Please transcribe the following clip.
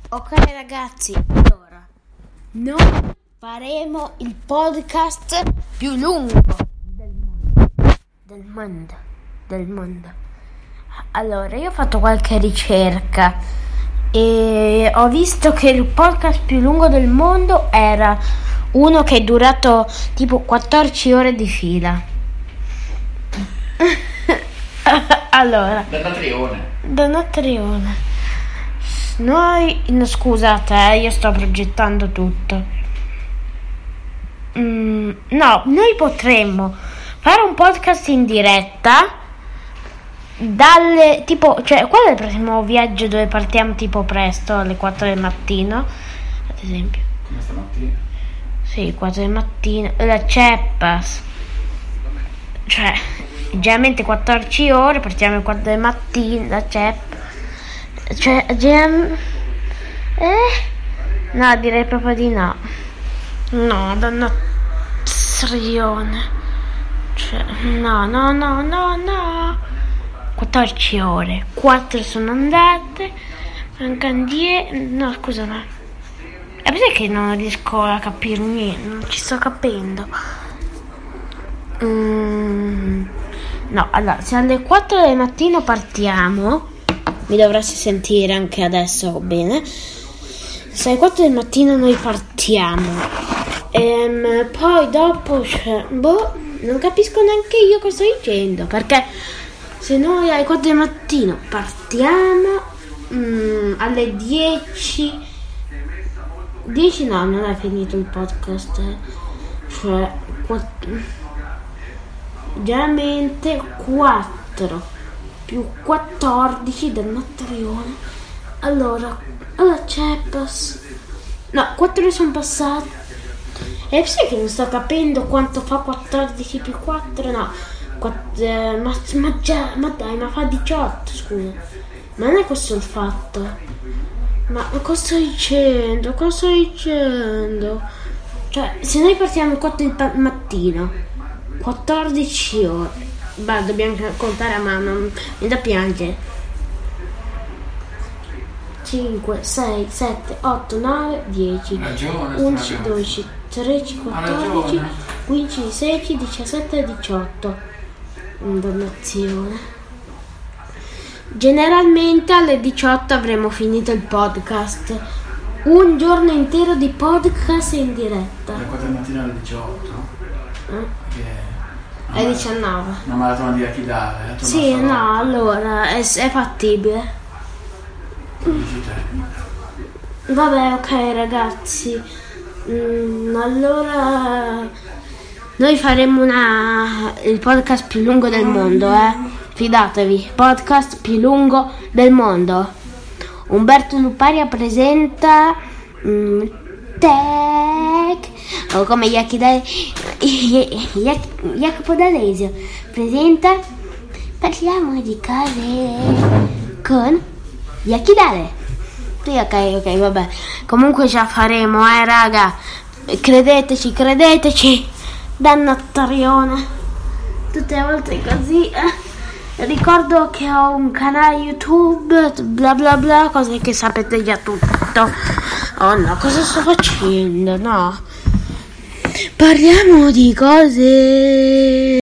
Ok ragazzi, allora noi faremo il podcast più lungo del mondo. Allora, io ho fatto qualche ricerca e ho visto che il podcast più lungo del mondo era uno che è durato tipo 14 ore di fila. Allora, Dannatrione. Noi, no, scusate, io sto progettando tutto. No, noi potremmo fare un podcast in diretta dalle tipo, cioè, qual è il prossimo viaggio dove partiamo tipo presto alle 4 del mattino, ad esempio? Come stamattina? Sì, 4 del mattino, la Ceppas. Cioè, generalmente 14 ore, partiamo alle 4 del mattino, la Ceppas. Cioè, no, direi proprio di no. No, dannazione. Cioè, no. 14 ore, 4 sono andate, mancano 10. No, scusa, ma è perché non riesco a capire niente, non ci sto capendo. No, allora, se alle 4 del mattino partiamo, mi dovresti sentire anche adesso, bene? Se alle 4 del mattino noi partiamo, poi dopo, non capisco neanche io cosa sto dicendo, perché se noi alle 4 del mattino partiamo, alle 10 no, non è finito il podcast, cioè generalmente 4 più 14 del Mattrione. Allora Ceppas. No, 4 ore sono passate. E sai che non sto capendo quanto fa 14 più 4? No, ma dai, ma fa 18, scusa. Ma non è questo il fatto. Ma cosa sto dicendo? Cioè, se noi partiamo alle 4 del mattino, 14 ore. Beh, dobbiamo contare a mano, mi da piangere. 5, 6, 7, 8, 9, 10, 11, 12, 13, 14, 15, 16, 17 e 18. Dannazione. Generalmente alle 18 avremo finito il podcast. Un giorno intero di podcast in diretta. Alle 4 del mattino alle 18? È 19. Una maratona di Yakidale. Sì, no, allora è fattibile. Dici te. Vabbè, ok ragazzi. Allora noi faremo il podcast più lungo del mondo, fidatevi, podcast più lungo del mondo. Umberto Luparia presenta o come Jacopo D'Alesio presenta Parliamo di cose con Yakidale. Ok, vabbè. Comunque ce la faremo, raga. Credeteci. Dannazione. Tutte le volte così. Ricordo che ho un canale YouTube, bla bla bla, cose che sapete già tutto. Oh no, cosa sto facendo? No. Parliamo di cose